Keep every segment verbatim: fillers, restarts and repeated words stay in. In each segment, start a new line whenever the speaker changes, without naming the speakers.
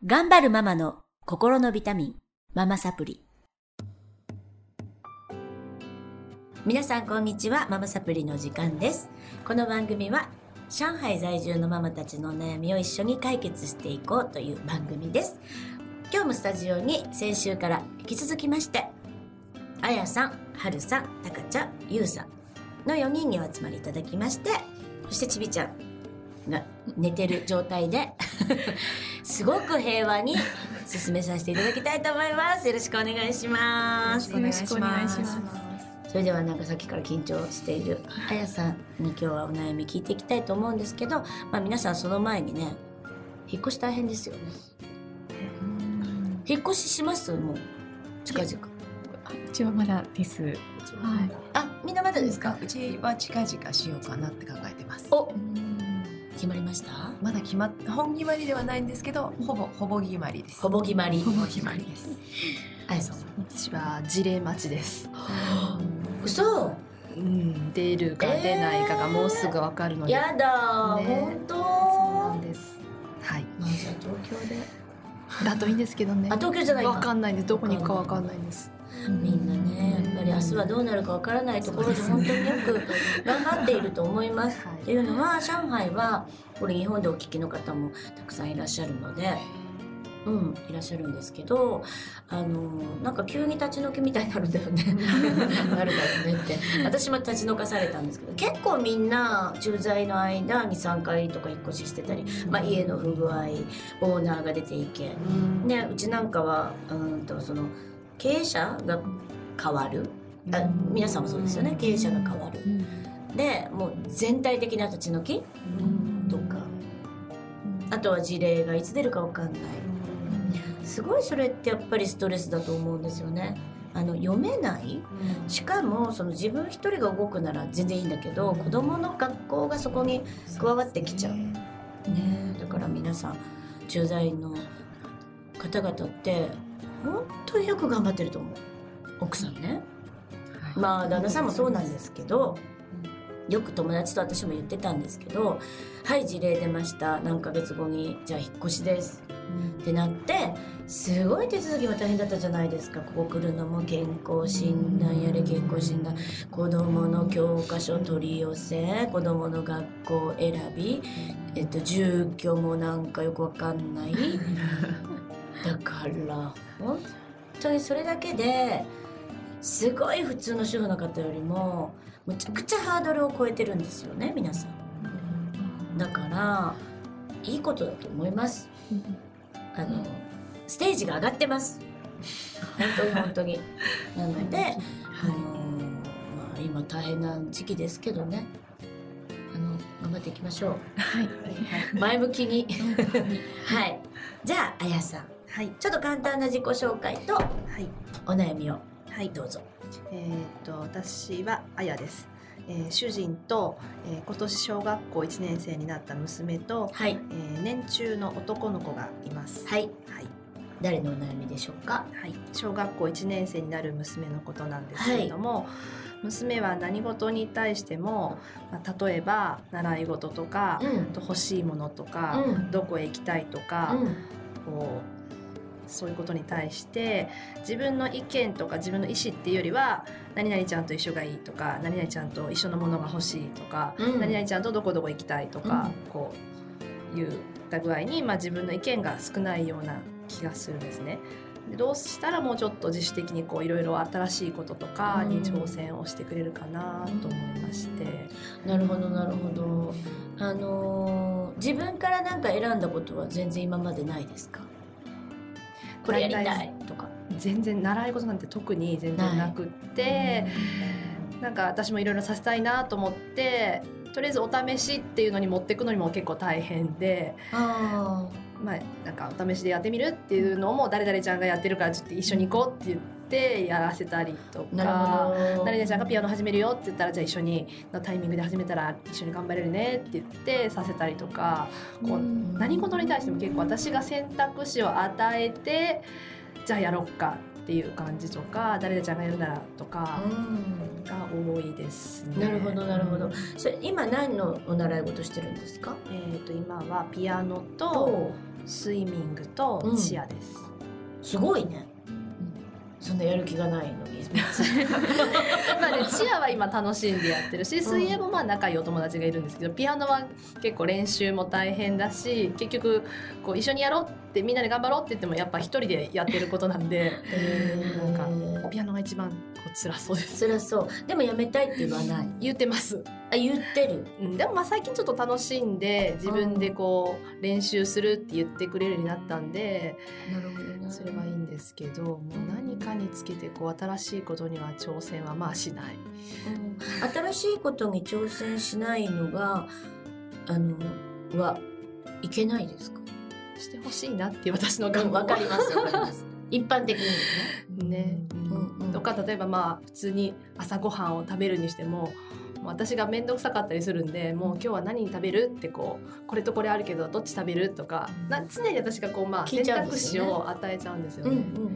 頑張るママの心のビタミン、ママサプリ。皆さんこんにちは。ママサプリの時間です。この番組は上海在住のママたちのお悩みを一緒に解決していこうという番組です。今日もスタジオに先週から引き続きまして、あやさん、はるさん、たかちゃん、ゆうさんのよにんにお集まりいただきまして、そしてちびちゃんが寝てる状態ですごく平和に進めさせていただきたいと思います。よろしくお願いします。
よろしくお願いします。
それではなんかさっきから緊張しているあやさんに今日はお悩み聞いていきたいと思うんですけど、まあ、皆さんその前にね、引っ越し大変ですよね。引っ越しします？もう近々。
うちはまだです。はい、
あ、みんなまだですか？
うちは近々しようかなって考えてます。
お、決まりました？
まだ決まっ本決まりではないんですけど、ほぼほぼ決まりです。
ほぼ決まり。
ほぼ決まりです。
あやさん。
私は事例待ちです。
嘘？
うん、出るか出ないかがもうすぐわかるので。
えー、やだ、
ね、
本当。
そうなんです。はい。
まあじゃあ東京で。
だといいんですけどね。
あ、東京じゃないか。
わかんないです。どこに行くかわかんないんです。
みんなね、やっぱり明日はどうなるかわからないところで本当によく頑張っていると思います。
はい、
っていうのは上海はこれ日本でお聞きの方もたくさんいらっしゃるので、うん、いらっしゃるんですけど、あのなんか急に立ち退きみたいになるんだよねなるだろうねって私も立ち退かされたんですけど、結構みんな駐在の間にさんかいとか引っ越ししてたり、まあ、家の不具合オーナーが出ていけ、うんね、うちなんかはうんとその経営者が変わる、あ、皆さんもそうですよね。経営者が変わる、でもう全体的な立ち退きとか、あとは事例がいつ出るか分かんない。すごいそれってやっぱりストレスだと思うんですよね。あの読めない、しかもその自分一人が動くなら全然いいんだけど、子供の学校がそこに加わってきちゃう、ね、だから皆さん駐在員の方々って本当によく頑張ってると思う。奥さんね、はい、まあ旦那さんもそうなんですけど、よく友達と私も言ってたんですけど、はい事例出ました、何ヶ月後にじゃあ引っ越しです、うん、ってなって、すごい手続きも大変だったじゃないですか。ここ来るのも健康診断やれ健康診断、子どもの教科書取り寄せ、子どもの学校選び、えっと、住居もなんかよくわかんないだから本当にそれだけですごい普通の主婦の方よりもむちゃくちゃハードルを超えてるんですよね、皆さん。だからいいことだと思います。あのステージが上がってます、本当に本当になので、あの、まあ、今大変な時期ですけどね、あの頑張っていきましょう。はい、前向きにはい、じゃああやさん、はい、ちょっと簡単な自己紹介と、はい、お悩みを、はい、どうぞ。
えー、と私はあやです。えー、主人と、えー、今年小学校いちねん生になった娘と、はい、えー、年中の男の子がいます。
はい、はい、誰のお悩みでしょうか。
はい、小学校いちねん生になる娘のことなんですけれども、はい、娘は何事に対しても、まあ、例えば習い事とか、うん、と欲しいものとか、うん、どこへ行きたいとか、うん、こうそういうことに対して自分の意見とか自分の意思っていうよりは、何々ちゃんと一緒がいいとか、何々ちゃんと一緒のものが欲しいとか、うん、何々ちゃんとどこどこ行きたいとか、うん、こう言った具合に、まあ、自分の意見が少ないような気がするんですね。でどうしたらもうちょっと自主的にこういろいろ新しいこととかに挑戦をしてくれるかなと思いまして、
うん、なるほどなるほど。あのー、自分から何か選んだことは全然今までないですか？これやりたいとか。
全然習い事なんて特に全然なくって、なんか私もいろいろさせたいなと思って、とりあえずお試しっていうのに持っていくのにも結構大変で、あ、まあ、なんかお試しでやってみるっていうのも誰々ちゃんがやってるからちょっと一緒に行こうって言ってやらせたりとか、誰々ちゃんがピアノ始めるよって言ったら、じゃあ一緒にのタイミングで始めたら一緒に頑張れるねって言ってさせたりとか、こう何事に対しても結構私が選択肢を与えて、じゃあやろっかっていう感じとか、誰々ちゃんがやるならとかが多いですね。
なるほどなるほど。それ今何のお習い事してるんですか？
えーと今はピアノとスイミングとチアです、
うん、すごいね。そんなやる気がないのに
まあね、チアは今楽しんでやってるし、水泳もまあ仲いいお友達がいるんですけど、ピアノは結構練習も大変だし、結局こう一緒にやろうってみんなで頑張ろうって言ってもやっぱ一人でやってることなんでなんかピアノが一番こう辛そうです。
辛そう。でもやめたいって言わない？
言ってます。
あ、言ってる、
うん、でもまあ最近ちょっと楽しんで自分でこう練習するって言ってくれるようになったんで、
なるほどね、
それはいいんですけど、もう何かにつけてこう新しいことには挑戦はまあしない、
うん、新しいことに挑戦しないのがあのはいけないですか？
してほしいなっていう私の願望、
わかりますわかります一般的にね、
ね、うんうん、とか例えばまあ普通に朝ごはんを食べるにしても、もう私が面倒くさかったりするんで、もう今日は何食べるってこうこれとこれあるけどどっち食べるとか、な常に私がこうまあ選択肢を与えちゃうんですよね。うんうんうんうん、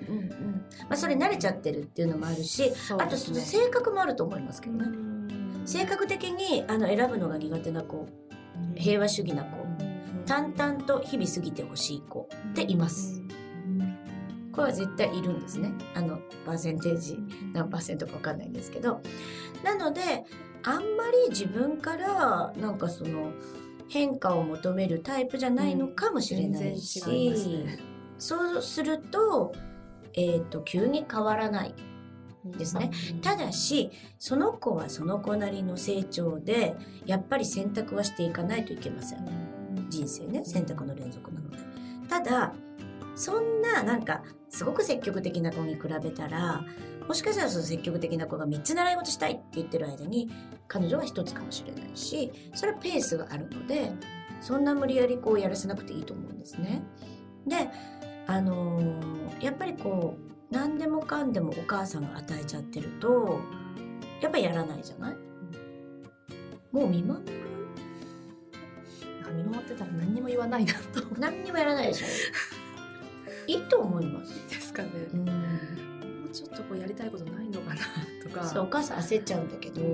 まあ、それ慣れちゃってるっていうのもあるし、ね、あと性格もあると思いますけどね。性格的にあの選ぶのが苦手な子、平和主義な子、淡々と日々過ぎてほしい子っています。これは絶対いるんですね。あのパーセンテージ何パーセントか分かんないんですけど、なのであんまり自分からなんかその変化を求めるタイプじゃないのかもしれないし、うん、全然違いますね。そうすると、えーと、急に変わらないですね。ただしその子はその子なりの成長でやっぱり選択はしていかないといけません。人生ね、選択の連続なので。ただそんななんかすごく積極的な子に比べたら、もしかしたらその積極的な子がみっつ習い事したいって言ってる間に彼女はひとつかもしれないし、それはペースがあるのでそんな無理やりこうやらせなくていいと思うんですね。で、あのー、やっぱりこう何でもかんでもお母さんが与えちゃってるとやっぱりやらないじゃない。もう見守る、
見守ってたら何にも言わないなと。
何にもやらないでしょいいと思います。
ですかね、うん、もうちょっとこうやりたいことないのかなとか。
そう、お母さん焦っちゃうんだけど、うん、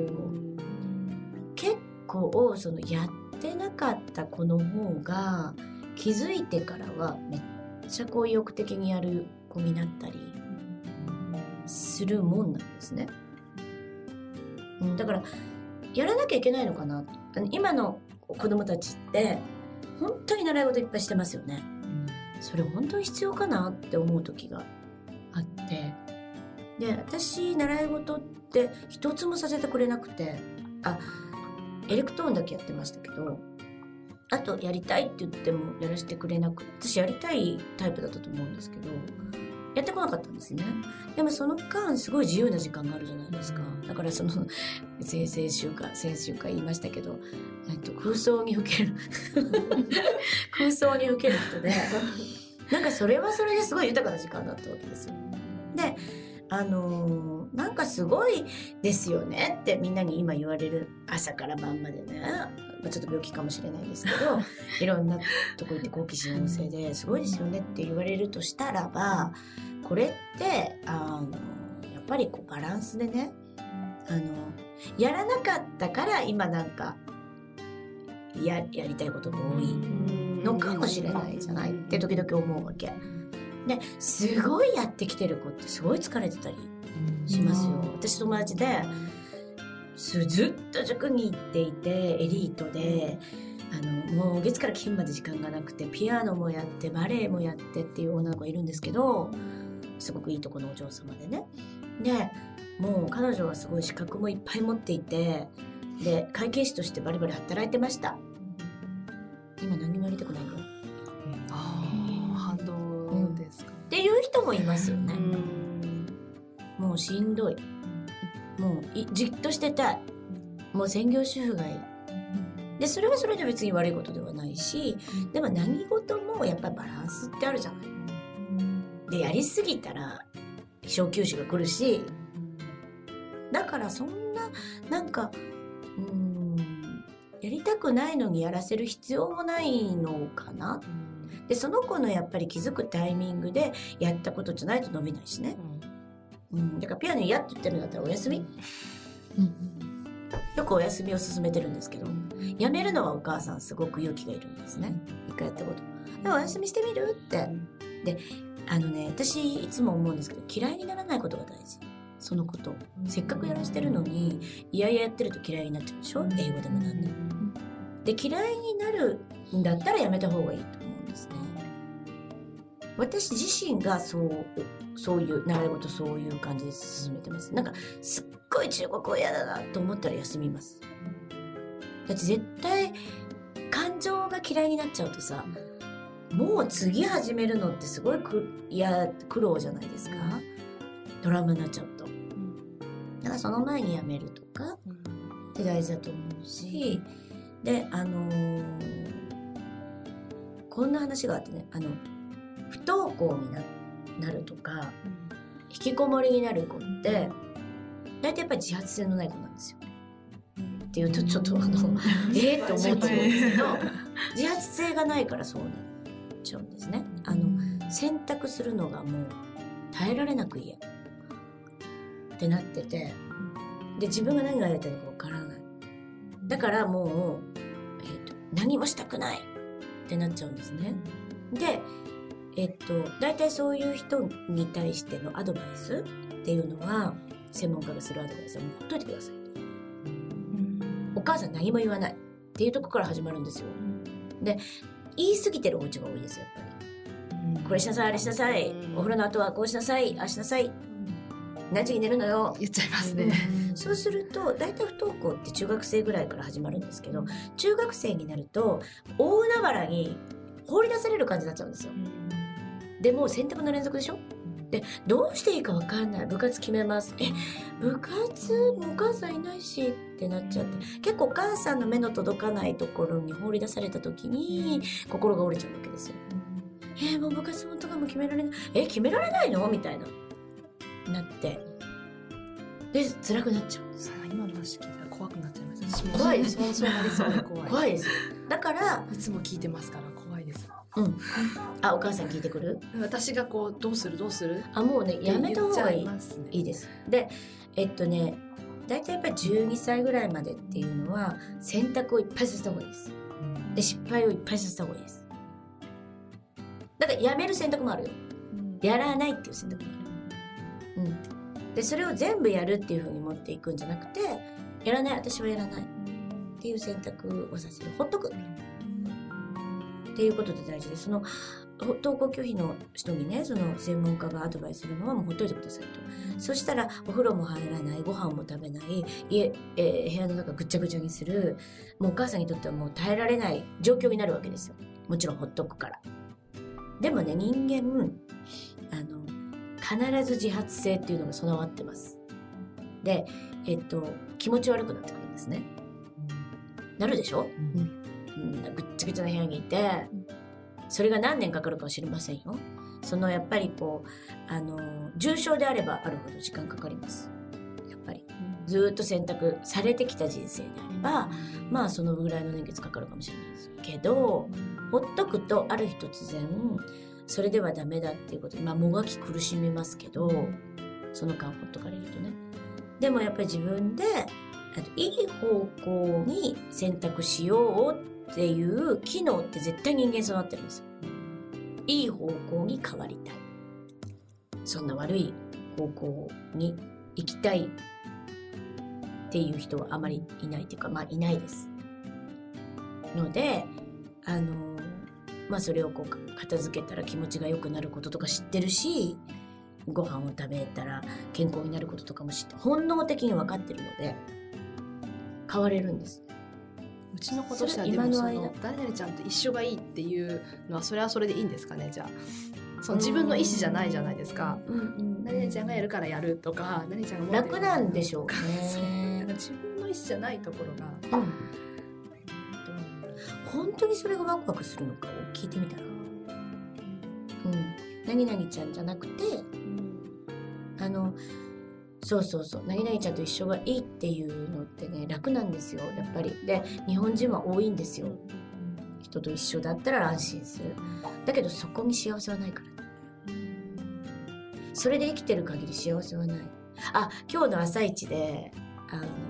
結構そのやってなかった子の方が気づいてからはめっちゃこう意欲的にやる子になったりするもんなんですね、うん、だからやらなきゃいけないのかな。あの今の子供たちって本当に習い事いっぱいしてますよね。それ本当に必要かなって思う時があって、で私習い事って一つもさせてくれなくて、あエレクトーンだけやってましたけど、あとやりたいって言ってもやらせてくれなくて、私やりたいタイプだったと思うんですけどやってこなかったんですね。でもその間すごい自由な時間があるじゃないですか。だからその先々週か先週か言いましたけど、えっと、空想にふける空想にふける人でなんかそれはそれですごい豊かな時間だったわけですよ。であのー、なんかすごいですよねってみんなに今言われる。朝から晩までね、ちょっと病気かもしれないですけどいろんなとこ行って好奇心旺盛ですごいですよねって言われるとしたらば、これってあのやっぱりこうバランスでね、あのやらなかったから今なんか や, やりたいことが多いのかもしれないじゃないって時々思うわけですごいやってきてる子ってすごい疲れてたりしますよ。私友達でずっと塾に行っていてエリートで、あのもう月から金まで時間がなくてピアノもやってバレエもやってっていう女の子がいるんですけど、すごくいいとこのお嬢様でね。でもう彼女はすごい資格もいっぱい持っていて、で会計士としてバリバリ働いてました。今何にもやりたくないの。
反動ですか、
うん、っていう人もいますよね。もうしんどい、もうじっとしてたい、もう専業主婦がいいで、それはそれで別に悪いことではないし、でも何事もやっぱりバランスってあるじゃない。でやりすぎたら小休止が来るし、だからそんななんかうーんやりたくないのにやらせる必要もないのかな。でその子のやっぱり気づくタイミングでやったことじゃないと伸びないしね、うん、だからピアノ嫌って言ってるんだったらお休み、うん、 よくお休みを勧めてるんですけど、やめるのはお母さんすごく勇気がいるんですね。一回やったこと。でもお休みしてみるって。で、あのね、私いつも思うんですけど、嫌いにならないことが大事。そのこと。せっかくやらしてるのに、いやいややってると嫌いになっちゃうでしょ？英語でもなんでも。で、嫌いになるんだったらやめた方がいいと思うんですね。私自身がそう、そういう、習い事そういう感じで進めてます。なんか、すっごい中国語嫌だなと思ったら休みます。だって絶対、感情が嫌いになっちゃうとさ、もう次始めるのってすごいくいや苦労じゃないですか。ドラマになっちゃうと。だからその前にやめるとかって大事だと思うし、で、あのー、こんな話があってね、あの、不登校に な, なるとか、引きこもりになる子って、大体やっぱり自発性のない子なんですよ。っていうとちょっとあの、えーって思っちゃうんですけど、自発性がないからそうなっちゃうんですね。あの、選択するのがもう耐えられなく嫌ってなってて、で、自分が何がやりたいのかわからない。だからもう、えーと、何もしたくないってなっちゃうんですね。で、えっと、大体そういう人に対してのアドバイスっていうのは、専門家がするアドバイスはもうほっといてください。お母さん何も言わないっていうところから始まるんですよ。で、言い過ぎてるお家が多いですよ、やっぱり。これしなさい、あれしなさい、お風呂の後はこうしなさい、ああしなさい、何時に寝るのよ。
言っちゃいますね。
そうすると、大体不登校って中学生ぐらいから始まるんですけど、中学生になると、大海原に放り出される感じになっちゃうんですよ。で、もう選択の連続でしょ？で、どうしていいか分かんない。部活決めます。え、部活もお母さんいないしってなっちゃって。結構お母さんの目の届かないところに放り出された時に、心が折れちゃうわけですよ。えー、もう部活もとかも決められない。え、決められないのみたいな。なって。で、辛くなっちゃうんです。
今の話聞いたら怖くなっちゃいます。
怖いです。
そうそうなりそうで怖い。
怖いです。だから、
いつも聞いてますから怖いです。
うん。あ、お母さん聞いてくる？
私がこう、どうするどうする？
あ、もうね、やめた方がいい。
言っちゃいますね。
いいです。で、えっとね、大体やっぱりじゅうにさいぐらいまでっていうのは、選択をいっぱいさせた方がいいです。で、失敗をいっぱいさせた方がいいです。だから、やめる選択もあるよ。やらないっていう選択もある。うん。で、それを全部やるっていう風に持っていくんじゃなくて、やらない、私はやらないっていう選択をさせる。ほっとく。っていうことで大事で、その登校拒否の人にね、その専門家がアドバイスするのはもうほっといてくださいと。そしたらお風呂も入らない、ご飯も食べない、家、えー、部屋の中ぐちゃぐちゃにする、もうお母さんにとってはもう耐えられない状況になるわけですよ。もちろんほっとくから。でもね、人間、あの、必ず自発性っていうのが備わってます。で、えっと、気持ち悪くなってくるんですね。なるでしょ？うん。ぐっちゃぐちゃな部屋にいて、それが何年かかるかは知りませんよ。そのやっぱりこう、あの、重症であればあるほど時間かかります。やっぱり。ずっと選択されてきた人生であれば、まあそのぐらいの年月かかるかもしれないですけど、ほっとくとある日突然、それではダメだっていうことで、まあもがき苦しみますけど、その間ほっとかれるとね。でもやっぱり自分で、あといい方向に選択しようっていう機能って絶対人間備わってるんですよ。いい方向に変わりたい。そんな悪い方向に行きたいっていう人はあまりいないというか、まあいないです。ので、あの、まあそれをこう片付けたら気持ちが良くなることとか知ってるし、ご飯を食べたら健康になることとかも知って、本能的に分かってるので、変われるんです。
うちの子としてはでもその誰々ちゃんと一緒がいいっていうのはそれはそれでいいんですかね。じゃあその自分の意思じゃないじゃないですか。うんうん、何々ちゃんがやるからやるとか、何々ちゃんが
楽なんでしょうね。
なんか自分の意思じゃないところが、うん、
本当にそれがワクワクするのかを聞いてみたら、うん、何々ちゃんじゃなくて、うん、あのそうそうそう、何々ちゃんと一緒がいいっていうのってね、楽なんですよ、やっぱり。で、日本人は多いんですよ。人と一緒だったら安心する。だけどそこに幸せはないから。それで生きてる限り幸せはない。あ、今日の朝一で、あの、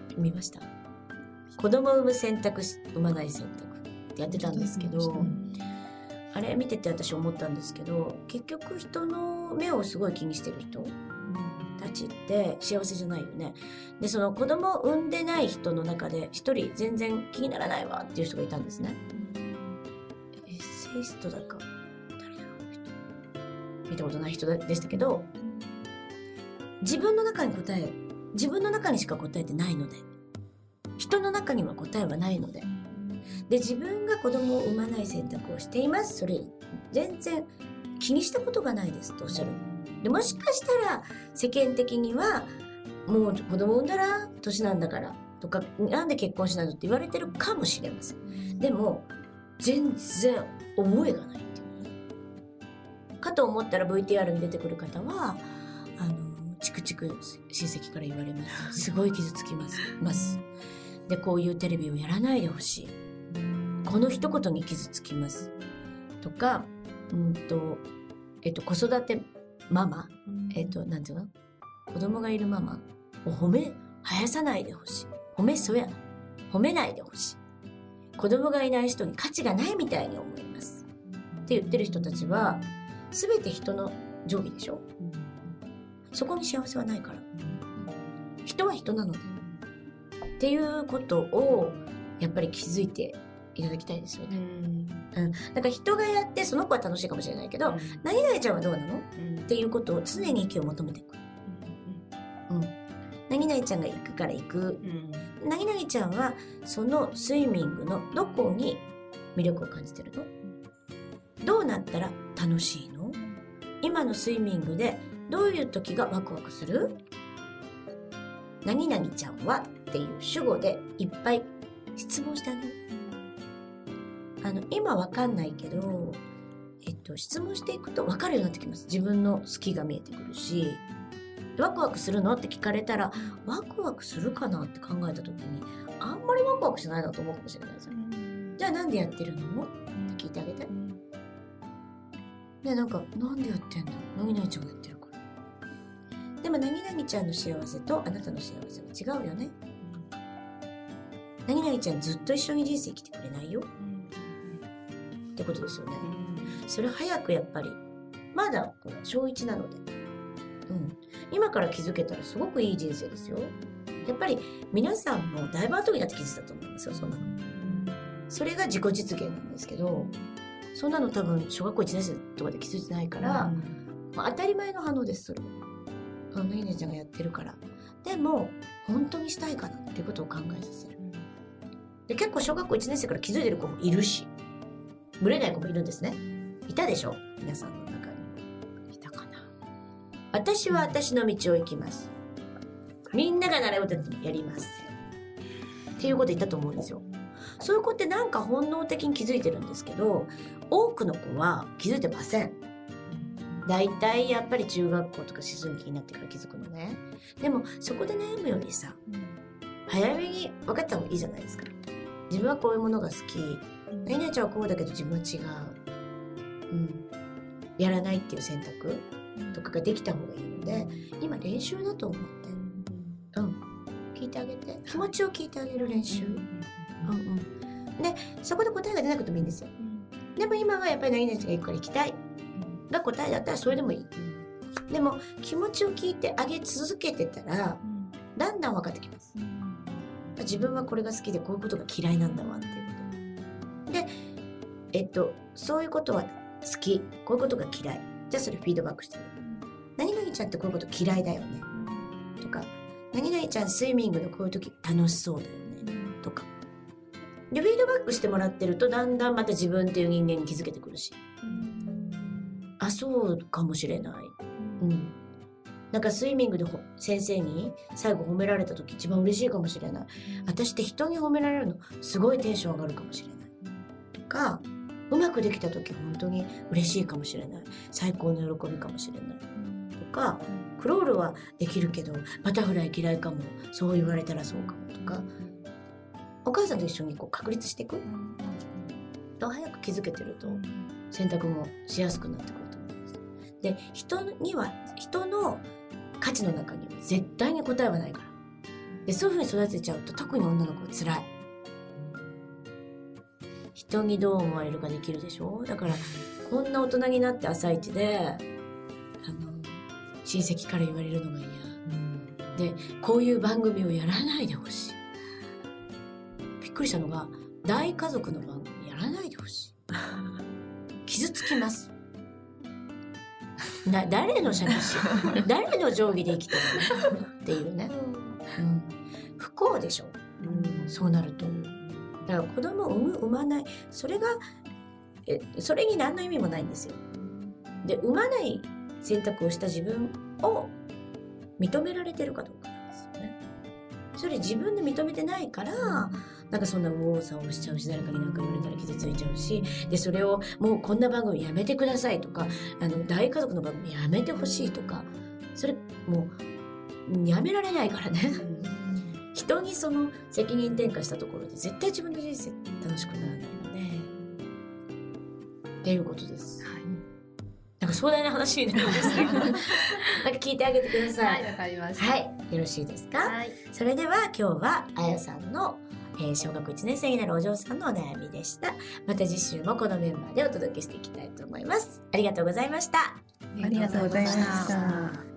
見ました？子供産む選択肢、産まない選択ってやってたんですけど、あれ見てて私思ったんですけど、結局人の目をすごい気にしてる人たちって幸せじゃないよね。で、その子供を産んでない人の中で一人全然気にならないわっていう人がいたんですね。エッセイストだか誰だろう、見たことない人でしたけど、自分の中に答え、自分の中にしか答えてないので、人の中には答えはないので、で、自分が子供を産まない選択をしています。それ全然気にしたことがないですとおっしゃる。で、もしかしたら世間的にはもう子供産んだら年なんだからとか、なんで結婚しないのって言われてるかもしれません。でも全然覚えがないっていうかと思ったら ブイティーアール に出てくる方はあのチクチク親戚から言われます。すごい傷つきますますで、こういうテレビをやらないでほしい、この一言に傷つきますとか、うんとえっと子育てママ、えっとなんていうの、子供がいるママを褒め生やさないでほしい、褒めそや褒めないでほしい、子供がいない人に価値がないみたいに思いますって言ってる人たちは全て人の定規でしょ。そこに幸せはないから、人は人なのでっていうことをやっぱり気づいていただきたいですよね。うん、だから人がやってその子は楽しいかもしれないけど、何々ちゃんはどうなの、っていうことを常に意見を求めていく。うん、何々ちゃんが行くから行く、うん、何々ちゃんはそのスイミングのどこに魅力を感じてるの、どうなったら楽しいの、今のスイミングでどういう時がワクワクする、何々ちゃんはっていう主語でいっぱい質問してあげる。あの今わかんないけど、えっと、質問していくと分かるようになってきます。自分の好きが見えてくるし、ワクワクするのって聞かれたらワクワクするかなって考えた時にあんまりワクワクしないなと思うかもしれないですよ。じゃあなんでやってるのって聞いてあげて。で、なんかなんでやってんだ、何々ちゃんがやってるから。でも何々ちゃんの幸せとあなたの幸せは違うよね。何々ちゃんずっと一緒に人生生きてくれないよってことですよね。それ早くやっぱりまだしょういちなので、うん、今から気づけたらすごくいい人生ですよ。やっぱり皆さんもだいぶ後になって気づいたと思いますよ。そんなのそれが自己実現なんですけど、そんなの多分小学校いちねん生とかで気づいてないから、うん、まあ、当たり前の反応です。それあのいねちゃんがやってるから。でも本当にしたいかなっていうことを考えさせる。で、結構小学校いちねん生から気づいてる子もいるし、ぶれない子もいるんですね。いたでしょ、皆さんの中に。いたかな。私は私の道を行きます。みんなが習い事やってもやりません。っていうこと言ったと思うんですよ。そういう子ってなんか本能的に気づいてるんですけど、多くの子は気づいてません。だいたいやっぱり中学校とか思春期になってから気づくのね。でもそこで悩むよりさ、早めに分かった方がいいじゃないですか。自分はこういうものが好き、何々ちゃんはこうだけど自分は違う、うん、やらないっていう選択とかができた方がいいので、今練習だと思って、うん、聞いてあげて、気持ちを聞いてあげる練習、うんうん、でそこで答えが出なくてもいいんですよ。でも今はやっぱり何々ちゃんが行くから行きたいが答えだったらそれでもいい。でも気持ちを聞いてあげ続けてたらだんだん分かってきます。自分はこれが好きでこういうことが嫌いなんだわっていうことで、えっとそういうことは好き、こういうことが嫌い、じゃあそれフィードバックしてる。何々ちゃんってこういうこと嫌いだよねとか、何々ちゃんスイミングのこういう時楽しそうだよねとかで、フィードバックしてもらってるとだんだんまた自分っていう人間に気づけてくるし、あ、そうかもしれない、うん、なんかスイミングで先生に最後褒められた時一番嬉しいかもしれない。私って人に褒められるのすごいテンション上がるかもしれないとか、うまくできた時本当に嬉しいかもしれない、最高の喜びかもしれないとか、クロールはできるけどバタフライ嫌いかも、そう言われたらそうかもとか、お母さんと一緒にこう確立していくと早く気づけてると選択もしやすくなってくると思います。で、人には人の価値の中には絶対に答えはないから。 でそういうふうに育てちゃうと特に女の子は辛い。人にどう思われるかできるでしょ。だからこんな大人になって朝一であの親戚から言われるのが嫌、でこういう番組をやらないでほしい。びっくりしたのが大家族の番組やらないでほしい。傷つきます。な誰の借子誰の定規で生きてるのっていうね、うん、不幸でしょ、うん、そうなると。だから子供を産む産まないそれがえそれに何の意味もないんですよ。で産まない選択をした自分を認められてるかどうかなんですよね。それ自分で認めてないからなんかそんな右往左往しちゃうし、誰かに何か言われたら傷ついちゃうし、でそれをもうこんな番組やめてくださいとか、あの大家族の番組やめてほしいとか、それもうやめられないからね。人にその責任転嫁したところで絶対自分の人生楽しくならないのでっていうことです、はい、なんか壮大な話になるんですけどなんか聞いてあげてください。
はい、わかりました。
はい、よろしいですか。
はい、
それでは今日はあやさんのえー、小学いちねん生になるお嬢さんのお悩みでした。また次週もこのメンバーでお届けしていきたいと思います。ありがとうございました。
ありがとうございました。